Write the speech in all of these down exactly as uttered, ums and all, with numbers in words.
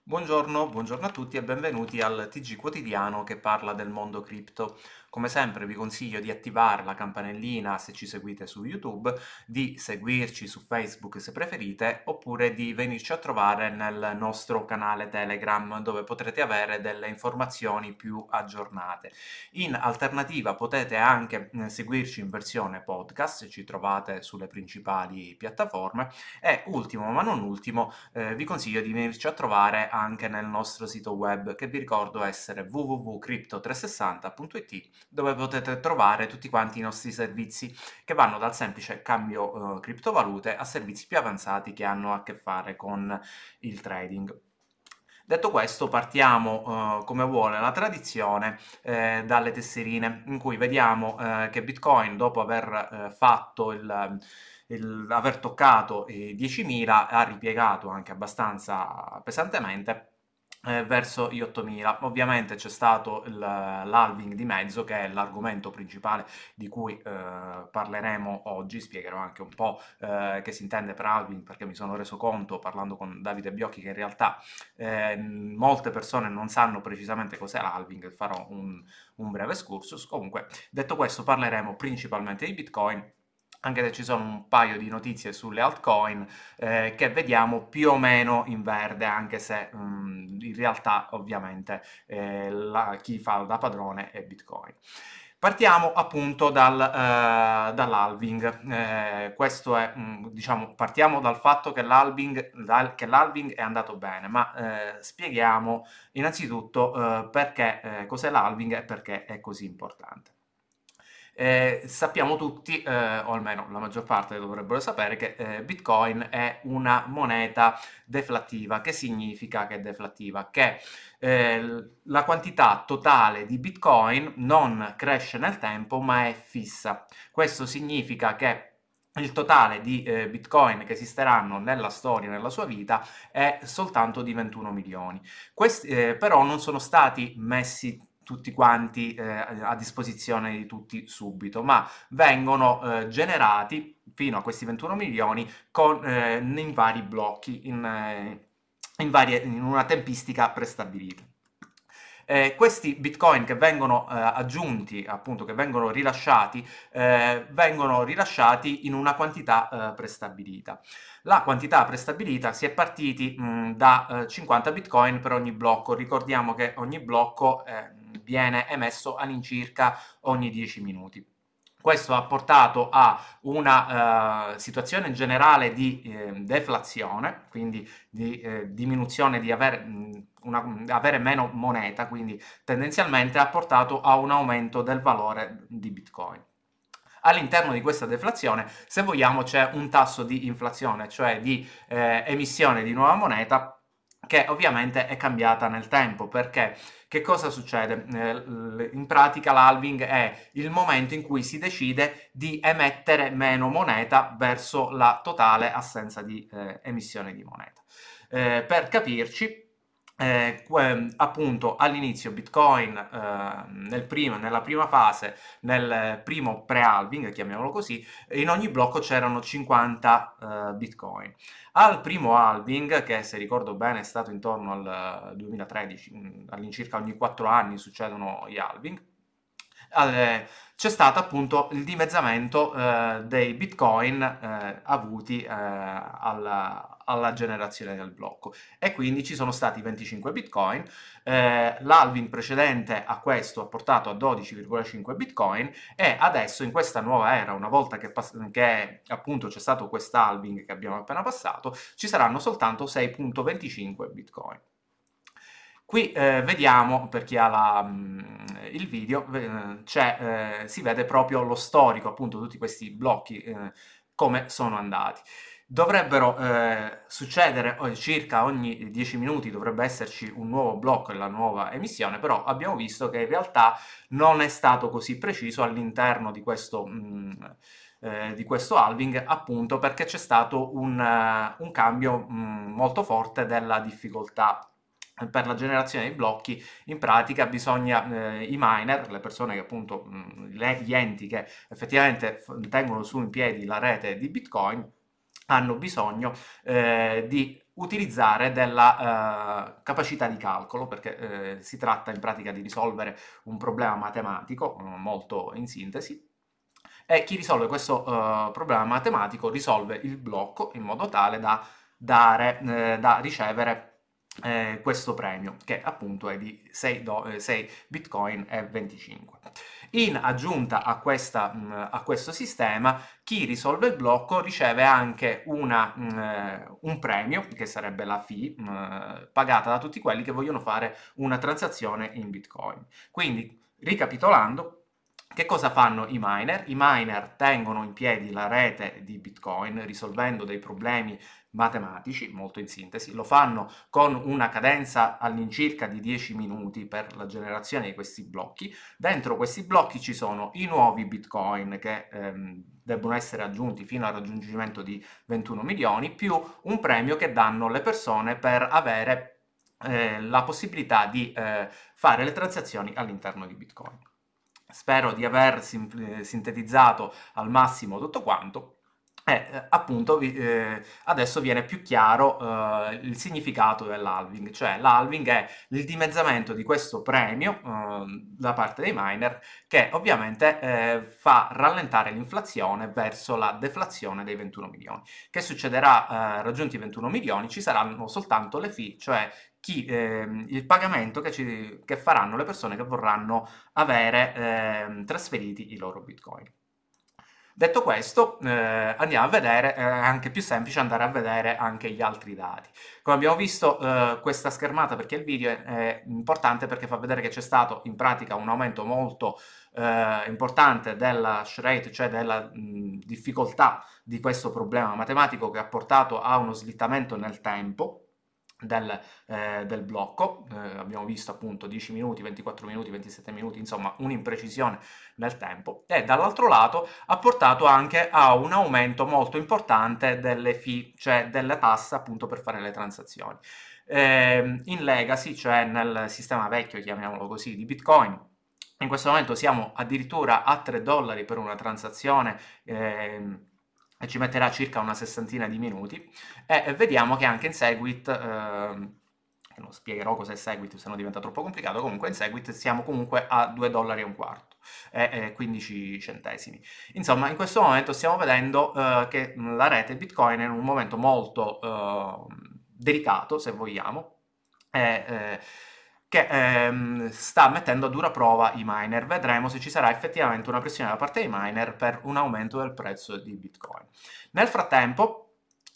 Buongiorno, buongiorno a tutti e benvenuti al T G quotidiano che parla del mondo cripto. Come sempre vi consiglio di attivare la campanellina se ci seguite su YouTube, di seguirci su Facebook se preferite, oppure di venirci a trovare nel nostro canale Telegram dove potrete avere delle informazioni più aggiornate. In alternativa potete anche eh, seguirci in versione podcast, ci trovate sulle principali piattaforme e ultimo ma non ultimo eh, vi consiglio di venirci a trovare anche nel nostro sito web che vi ricordo essere w w w punto crypto trecentosessanta punto i t dove potete trovare tutti quanti i nostri servizi che vanno dal semplice cambio eh, criptovalute a servizi più avanzati che hanno a che fare con il trading. Detto questo, partiamo eh, come vuole la tradizione eh, dalle tesserine, in cui vediamo eh, che Bitcoin, dopo aver eh, fatto il, il- aver toccato i diecimila, ha ripiegato anche abbastanza pesantemente eh, verso gli ottomila. Ovviamente c'è stato il- l'halving di mezzo, che è l'argomento principale di cui eh, parleremo oggi. Spiegherò anche un po' eh, che si intende per halving, perché mi sono reso conto, parlando con Davide Biocchi, che in realtà eh, molte persone non sanno precisamente cos'è l'halving. Farò un, un breve excursus. Comunque, detto questo, parleremo principalmente di Bitcoin, anche se ci sono un paio di notizie sulle altcoin eh, che vediamo più o meno in verde, anche se mh, in realtà ovviamente eh, la, chi fa da padrone è Bitcoin. Partiamo appunto dal, eh, dall'halving. Eh, questo è, mh, diciamo, partiamo dal fatto che l'halving, che l'halving è andato bene, ma eh, spieghiamo innanzitutto eh, perché eh, cos'è l'halving e perché è così importante. Eh, sappiamo tutti, eh, o almeno la maggior parte dovrebbero sapere, che eh, Bitcoin è una moneta deflattiva. Che significa che è deflattiva? Che eh, la quantità totale di Bitcoin non cresce nel tempo, ma è fissa. Questo significa che il totale di eh, Bitcoin che esisteranno nella storia, nella sua vita, è soltanto di ventuno milioni. Questi eh, però non sono stati messi tutti quanti eh, a disposizione di tutti subito, ma vengono eh, generati fino a questi ventuno milioni con, eh, in vari blocchi, in, eh, in, varie, in una tempistica prestabilita. Eh, questi bitcoin che vengono eh, aggiunti, appunto, che vengono rilasciati, eh, vengono rilasciati in una quantità eh, prestabilita. La quantità prestabilita si è partiti mh, da eh, cinquanta bitcoin per ogni blocco. Ricordiamo che ogni blocco eh, viene emesso all'incirca ogni dieci minuti. Questo ha portato a una uh, situazione generale di eh, deflazione, quindi di eh, diminuzione, di avere, mh, una, avere meno moneta, quindi tendenzialmente ha portato a un aumento del valore di Bitcoin. All'interno di questa deflazione, se vogliamo, c'è un tasso di inflazione, cioè di eh, emissione di nuova moneta, che ovviamente è cambiata nel tempo. Perché che cosa succede? Eh, in pratica l'halving è il momento in cui si decide di emettere meno moneta verso la totale assenza di eh, emissione di moneta. Eh, per capirci, eh, appunto all'inizio Bitcoin eh, nel primo, nella prima fase, nel primo pre-halving, chiamiamolo così, in ogni blocco c'erano cinquanta eh, Bitcoin. Al primo halving, che se ricordo bene è stato intorno al duemilatredici, all'incirca ogni quattro anni succedono gli halving, eh, c'è stato appunto il dimezzamento eh, dei bitcoin eh, avuti eh, alla, alla generazione del blocco, e quindi ci sono stati venticinque bitcoin. Eh, l'halving precedente a questo ha portato a dodici virgola cinque bitcoin, e adesso in questa nuova era, una volta che, che appunto c'è stato quest'halving che abbiamo appena passato, ci saranno soltanto sei virgola venticinque bitcoin. Qui eh, vediamo, per chi ha la, mh, il video, eh, c'è, eh, si vede proprio lo storico, appunto, tutti questi blocchi, eh, come sono andati. Dovrebbero eh, succedere eh, circa ogni dieci minuti, dovrebbe esserci un nuovo blocco e la nuova emissione, però abbiamo visto che in realtà non è stato così preciso all'interno di questo... Mh, eh, di questo halving, appunto perché c'è stato un, uh, un cambio mh, molto forte della difficoltà. Per la generazione dei blocchi, in pratica, bisogna eh, i miner, le persone che appunto, mh, le, gli enti che effettivamente tengono su in piedi la rete di Bitcoin, hanno bisogno eh, di utilizzare della eh, capacità di calcolo, perché eh, si tratta in pratica di risolvere un problema matematico, eh, molto in sintesi, e chi risolve questo eh, problema matematico risolve il blocco in modo tale da, dare, eh, da ricevere eh, questo premio, che appunto è di sei, do, eh, sei bitcoin e venticinque. In aggiunta a, questa, mh, a questo sistema, chi risolve il blocco riceve anche una, mh, un premio, che sarebbe la fee, mh, pagata da tutti quelli che vogliono fare una transazione in bitcoin. Quindi, ricapitolando, che cosa fanno i miner? I miner tengono in piedi la rete di Bitcoin risolvendo dei problemi matematici, molto in sintesi, lo fanno con una cadenza all'incirca di dieci minuti per la generazione di questi blocchi. Dentro questi blocchi ci sono i nuovi Bitcoin che ehm, debbono essere aggiunti fino al raggiungimento di ventuno milioni, più un premio che danno le persone per avere eh, la possibilità di eh, fare le transazioni all'interno di Bitcoin. Spero di aver sintetizzato al massimo tutto quanto. E eh, appunto eh, adesso viene più chiaro eh, il significato dell'halving, cioè l'halving è il dimezzamento di questo premio eh, da parte dei miner, che ovviamente eh, fa rallentare l'inflazione verso la deflazione dei ventuno milioni. Che succederà eh, raggiunti i ventuno milioni? Ci saranno soltanto le fee, cioè chi, eh, il pagamento che, ci, che faranno le persone che vorranno avere eh, trasferiti i loro bitcoin. Detto questo, eh, andiamo a vedere, è eh, anche più semplice andare a vedere anche gli altri dati. Come abbiamo visto, eh, questa schermata, perché il video è, è importante perché fa vedere che c'è stato in pratica un aumento molto eh, importante della hash rate, cioè della mh, difficoltà di questo problema matematico, che ha portato a uno slittamento nel tempo del, eh, del blocco. Eh, abbiamo visto appunto dieci minuti, ventiquattro minuti, ventisette minuti, insomma un'imprecisione nel tempo, e dall'altro lato ha portato anche a un aumento molto importante delle fee, cioè delle tasse appunto per fare le transazioni. Eh, in legacy, cioè nel sistema vecchio, chiamiamolo così, di Bitcoin, in questo momento siamo addirittura a tre dollari per una transazione eh, e ci metterà circa una sessantina di minuti, e vediamo che anche in Segwit, eh, che non spiegherò cos'è Segwit se no diventa troppo complicato, comunque in Segwit siamo comunque a due dollari e un quarto e, e quindici centesimi. Insomma, in questo momento stiamo vedendo eh, che la rete Bitcoin è in un momento molto eh, delicato, se vogliamo, e, eh, che ehm, sta mettendo a dura prova i miner. Vedremo se ci sarà effettivamente una pressione da parte dei miner per un aumento del prezzo di Bitcoin. Nel frattempo,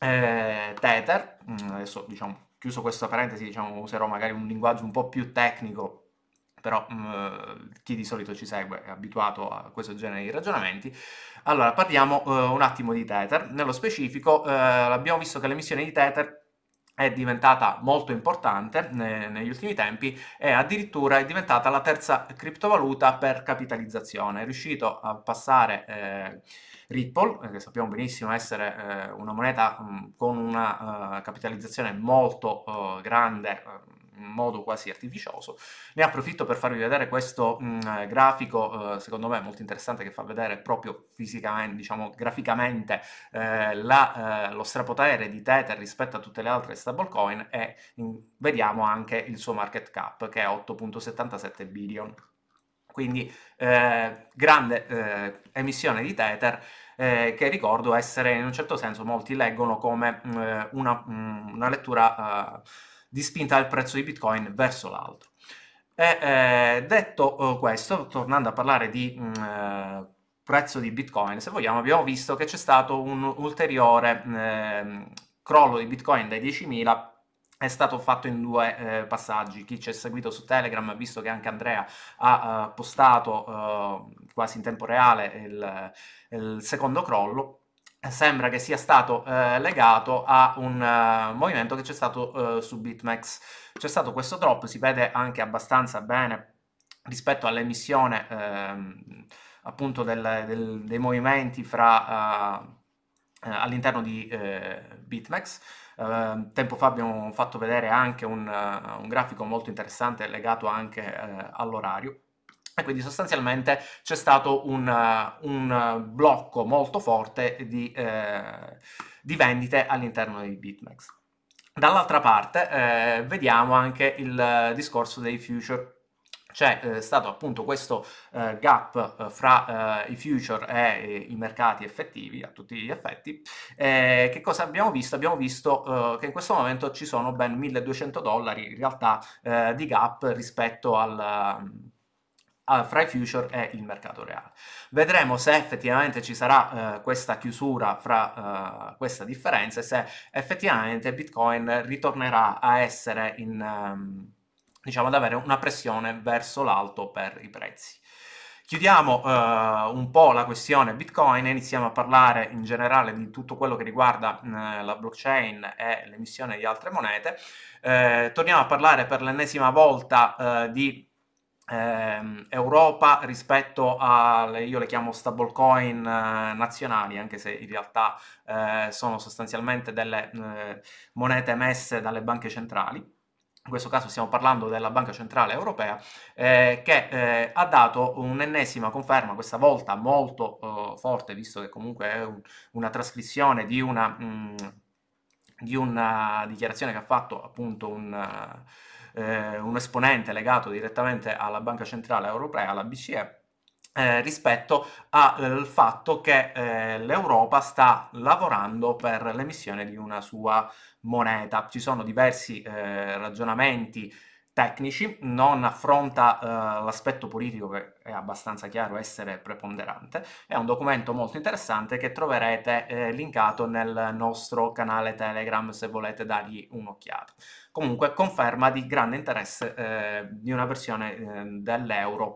eh, Tether, adesso diciamo, chiuso questa parentesi, diciamo, userò magari un linguaggio un po' più tecnico, però mh, chi di solito ci segue è abituato a questo genere di ragionamenti. Allora, parliamo uh, un attimo di Tether. Nello specifico, uh, abbiamo visto che l'emissione di Tether è diventata molto importante ne, negli ultimi tempi, e addirittura è diventata la terza criptovaluta per capitalizzazione. È riuscito a passare eh, Ripple, che sappiamo benissimo essere eh, una moneta mh, con una uh, capitalizzazione molto uh, grande, uh, in modo quasi artificioso. Ne approfitto per farvi vedere questo mh, grafico, eh, secondo me molto interessante, che fa vedere proprio fisicamente, diciamo graficamente, eh, la, eh, lo strapotere di Tether rispetto a tutte le altre stablecoin, e in, vediamo anche il suo market cap, che è otto virgola settantasette billion. Quindi eh, grande eh, emissione di Tether, eh, che ricordo essere, in un certo senso, molti leggono come mh, una, mh, una lettura uh, di spinta del prezzo di Bitcoin verso l'alto. E, eh, detto eh, questo, tornando a parlare di mh, prezzo di Bitcoin, se vogliamo, abbiamo visto che c'è stato un ulteriore eh, crollo di Bitcoin dai diecimila. È stato fatto in due eh, passaggi. Chi ci ha seguito su Telegram ha visto che anche Andrea ha uh, postato uh, quasi in tempo reale il, il secondo crollo. Sembra che sia stato uh, legato a un uh, movimento che c'è stato uh, su BitMEX. C'è stato questo drop, si vede anche abbastanza bene rispetto all'emissione ehm, appunto del, del, dei movimenti fra uh, all'interno di eh, BitMEX. Uh, tempo fa abbiamo fatto vedere anche un, uh, un grafico molto interessante legato anche uh, all'orario, e quindi sostanzialmente c'è stato un, uh, un blocco molto forte di, uh, di vendite all'interno di BitMEX. Dall'altra parte eh, vediamo anche il discorso dei future. C'è eh, stato appunto questo eh, gap eh, fra eh, i future e eh, i mercati effettivi a tutti gli effetti. Eh, che cosa abbiamo visto? Abbiamo visto eh, che in questo momento ci sono ben milleduecento dollari in realtà eh, di gap rispetto al, a, fra i future e il mercato reale. Vedremo se effettivamente ci sarà eh, questa chiusura fra eh, questa differenza e se effettivamente Bitcoin ritornerà a essere in, um, diciamo, ad avere una pressione verso l'alto per i prezzi. Chiudiamo eh, un po' la questione Bitcoin e iniziamo a parlare in generale di tutto quello che riguarda eh, la blockchain e l'emissione di altre monete. Eh, torniamo a parlare per l'ennesima volta eh, di eh, Europa rispetto alle, io le chiamo stablecoin eh, nazionali, anche se in realtà eh, sono sostanzialmente delle eh, monete emesse dalle banche centrali. In questo caso stiamo parlando della Banca Centrale Europea, eh, che eh, ha dato un'ennesima conferma, questa volta molto eh, forte, visto che comunque è un, una trascrizione di una, mh, di una dichiarazione che ha fatto appunto un, eh, un esponente legato direttamente alla Banca Centrale Europea, alla B C E, eh, rispetto al fatto che eh, l'Europa sta lavorando per l'emissione di una sua moneta. Ci sono diversi eh, ragionamenti tecnici, non affronta eh, l'aspetto politico che è abbastanza chiaro essere preponderante. È un documento molto interessante che troverete eh, linkato nel nostro canale Telegram se volete dargli un'occhiata. Comunque conferma di grande interesse eh, di una versione eh, dell'euro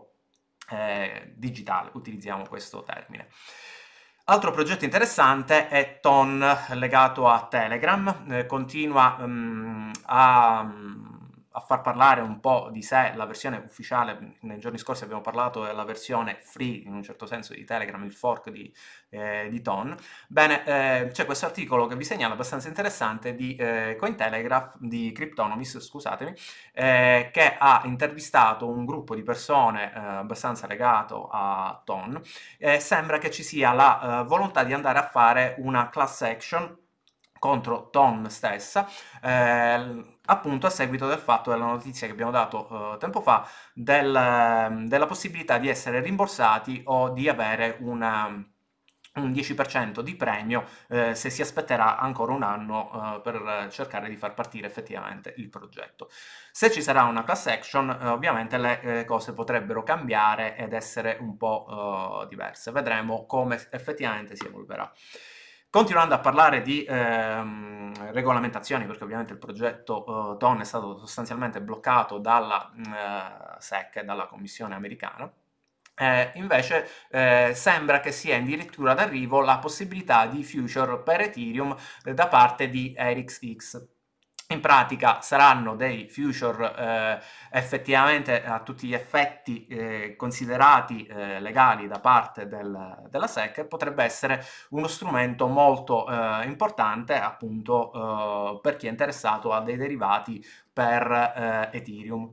eh, digitale, utilizziamo questo termine. Altro progetto interessante è Ton, legato a Telegram, eh, continua um, a, a far parlare un po' di sé la versione ufficiale. Nei giorni scorsi abbiamo parlato della versione free, in un certo senso, di Telegram, il fork di, eh, di Ton. Bene, eh, c'è questo articolo che vi segnala abbastanza interessante di eh, Cointelegraph, di Cryptonomist, scusatemi, eh, che ha intervistato un gruppo di persone eh, abbastanza legato a Ton. Eh, sembra che ci sia la eh, volontà di andare a fare una class action contro Ton stessa, eh, appunto a seguito del fatto della notizia che abbiamo dato eh, tempo fa del, della possibilità di essere rimborsati o di avere una un dieci per cento di premio eh, se si aspetterà ancora un anno eh, per cercare di far partire effettivamente il progetto. Se ci sarà una class action, eh, ovviamente le eh, cose potrebbero cambiare ed essere un po' eh, diverse. Vedremo come effettivamente si evolverà. Continuando a parlare di ehm, regolamentazioni, perché ovviamente il progetto eh, Ton è stato sostanzialmente bloccato dalla eh, S E C, dalla Commissione americana. Eh, invece eh, sembra che sia addirittura d'arrivo la possibilità di future per Ethereum eh, da parte di ErixX. In pratica saranno dei future eh, effettivamente a tutti gli effetti eh, considerati eh, legali da parte del, della S E C. Potrebbe essere uno strumento molto eh, importante appunto eh, per chi è interessato a dei derivati per eh, Ethereum.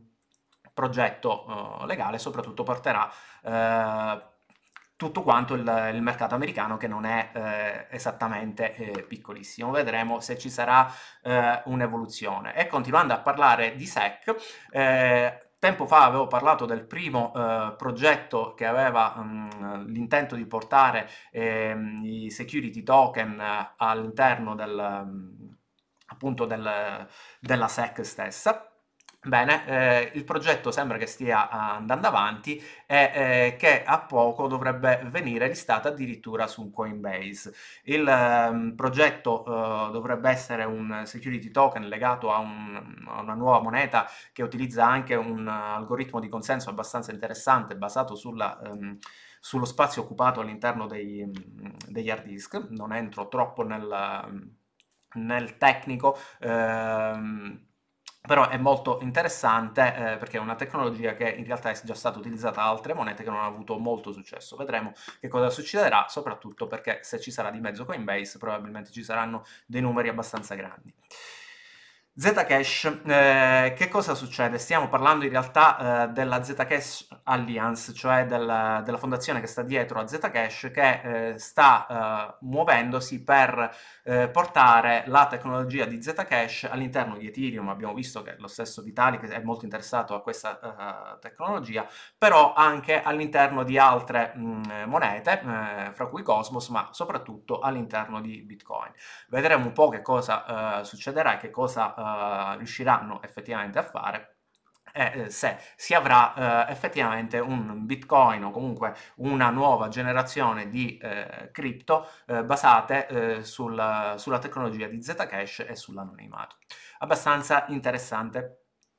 Progetto eh, legale soprattutto porterà eh, tutto quanto il, il mercato americano, che non è eh, esattamente eh, piccolissimo. Vedremo se ci sarà eh, un'evoluzione. E continuando a parlare di S E C, eh, tempo fa avevo parlato del primo eh, progetto che aveva um, l'intento di portare eh, i security token all'interno del, um, appunto del, della S E C stessa. Bene, eh, il progetto sembra che stia andando avanti e eh, che a poco dovrebbe venire listato addirittura su Coinbase. Il ehm, progetto eh, dovrebbe essere un security token legato a, un, a una nuova moneta che utilizza anche un algoritmo di consenso abbastanza interessante basato sulla, ehm, sullo spazio occupato all'interno dei, degli hard disk. Non entro troppo nel, nel tecnico. Ehm, Però è molto interessante eh, perché è una tecnologia che in realtà è già stata utilizzata da altre monete che non hanno avuto molto successo. Vedremo che cosa succederà, soprattutto perché se ci sarà di mezzo Coinbase probabilmente ci saranno dei numeri abbastanza grandi. Zcash, eh, che cosa succede? Stiamo parlando in realtà eh, della Zcash, Alliance, cioè del, della fondazione che sta dietro a Zcash, che eh, sta uh, muovendosi per eh, portare la tecnologia di Zcash all'interno di Ethereum. Abbiamo visto che lo stesso Vitalik è molto interessato a questa uh, tecnologia, però anche all'interno di altre mh, monete, eh, fra cui Cosmos, ma soprattutto all'interno di Bitcoin. Vedremo un po' che cosa uh, succederà e che cosa uh, riusciranno effettivamente a fare, e se si avrà eh, effettivamente un Bitcoin o comunque una nuova generazione di eh, cripto eh, basate eh, sul, sulla tecnologia di Zcash e sull'anonimato. Abbastanza interessante.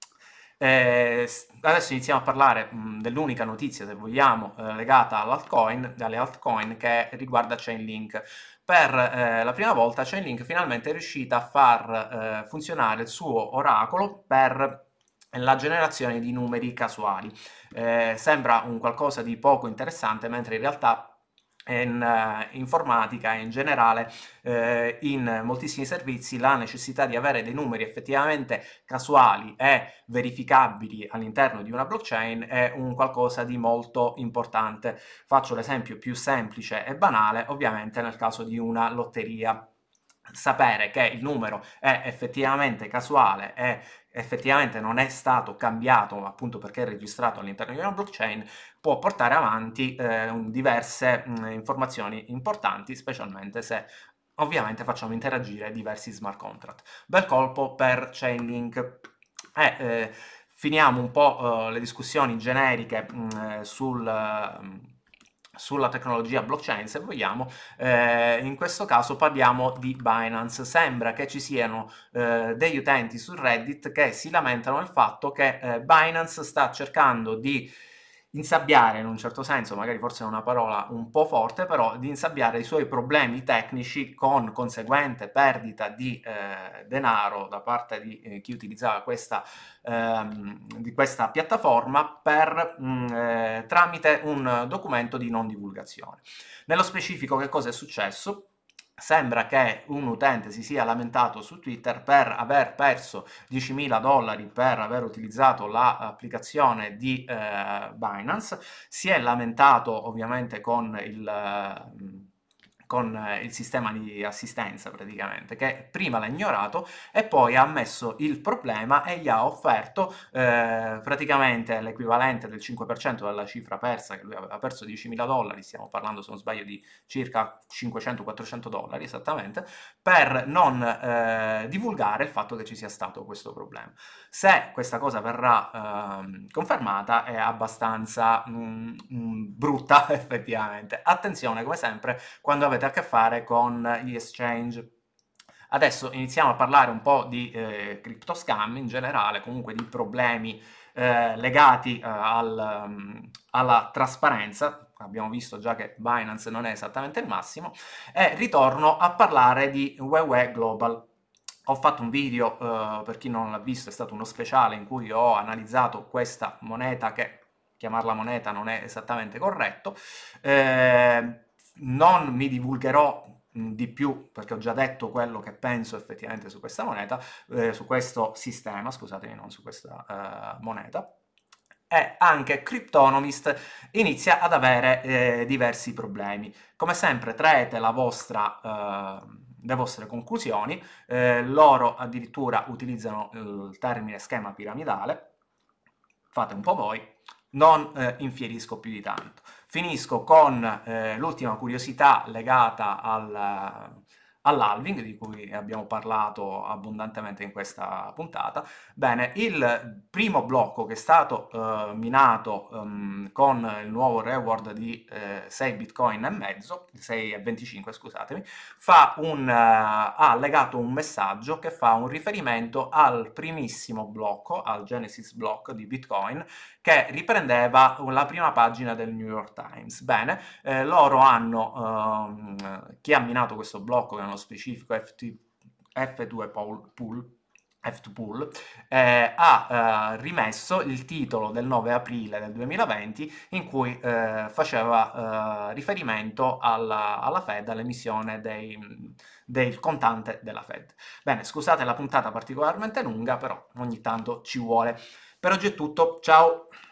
Eh, adesso iniziamo a parlare dell'unica notizia, se vogliamo, eh, legata all'altcoin, alle altcoin, che riguarda Chainlink. Per eh, la prima volta Chainlink finalmente è riuscita a far eh, funzionare il suo oracolo per la generazione di numeri casuali. Eh, sembra un qualcosa di poco interessante, mentre in realtà in uh, informatica e in generale eh, in moltissimi servizi la necessità di avere dei numeri effettivamente casuali e verificabili all'interno di una blockchain è un qualcosa di molto importante. Faccio l'esempio più semplice e banale, ovviamente nel caso di una lotteria. Sapere che il numero è effettivamente casuale e effettivamente non è stato cambiato, appunto perché è registrato all'interno di una blockchain, può portare avanti eh, diverse mh, informazioni importanti, specialmente se ovviamente facciamo interagire diversi smart contract. Bel colpo per Chainlink. Eh, eh, finiamo un po' eh, le discussioni generiche mh, sul... Uh, sulla tecnologia blockchain, se vogliamo. Eh, in questo caso parliamo di Binance. Sembra che ci siano eh, degli utenti su Reddit che si lamentano del fatto che eh, Binance sta cercando di insabbiare, in un certo senso, magari forse è una parola un po' forte, però di insabbiare i suoi problemi tecnici con conseguente perdita di eh, denaro da parte di eh, chi utilizzava questa, ehm, di questa piattaforma per, mh, eh, tramite un documento di non divulgazione. Nello specifico, che cosa è successo? Sembra che un utente si sia lamentato su Twitter per aver perso diecimila dollari per aver utilizzato l'applicazione di eh, Binance, si è lamentato ovviamente con il... Eh, con il sistema di assistenza praticamente, che prima l'ha ignorato e poi ha ammesso il problema e gli ha offerto eh, praticamente l'equivalente del cinque per cento della cifra persa, che lui aveva perso diecimila dollari, stiamo parlando se non sbaglio di circa cinquecento quattrocento dollari esattamente, per non eh, divulgare il fatto che ci sia stato questo problema. Se questa cosa verrà eh, confermata è abbastanza mh, mh, brutta effettivamente. Attenzione come sempre quando avete a che fare con gli exchange. Adesso iniziamo a parlare un po' di eh, crypto scam in generale, comunque di problemi eh, legati eh, al, um, alla trasparenza. Abbiamo visto già che Binance non è esattamente il massimo, e ritorno a parlare di W W E Global. Ho fatto un video, eh, per chi non l'ha visto, è stato uno speciale in cui ho analizzato questa moneta, che chiamarla moneta non è esattamente corretto. Eh, non mi divulgherò mh, di più, perché ho già detto quello che penso effettivamente su questa moneta, eh, su questo sistema, scusatemi, non su questa eh, moneta. E anche Cryptonomist inizia ad avere eh, diversi problemi. Come sempre traete la vostra... Eh, le vostre conclusioni, eh, loro addirittura utilizzano il termine schema piramidale, fate un po' voi, non eh, infierisco più di tanto. Finisco con eh, l'ultima curiosità legata al, all'halving, di cui abbiamo parlato abbondantemente in questa puntata. Bene, il primo blocco che è stato eh, minato um, con il nuovo reward di eh, sei bitcoin e mezzo, sei e venticinque scusatemi, fa un, uh, ha legato un messaggio che fa un riferimento al primissimo blocco, al Genesis block di Bitcoin, che riprendeva la prima pagina del New York Times. Bene, eh, loro hanno, ehm, chi ha minato questo blocco, che nello specifico F due Pool, F due Pool, eh, ha eh, rimesso il titolo del nove aprile del duemilaventi in cui eh, faceva eh, riferimento alla, alla Fed, all'emissione dei, del contante della Fed. Bene, scusate la puntata particolarmente lunga, però ogni tanto ci vuole. Per oggi è tutto, ciao!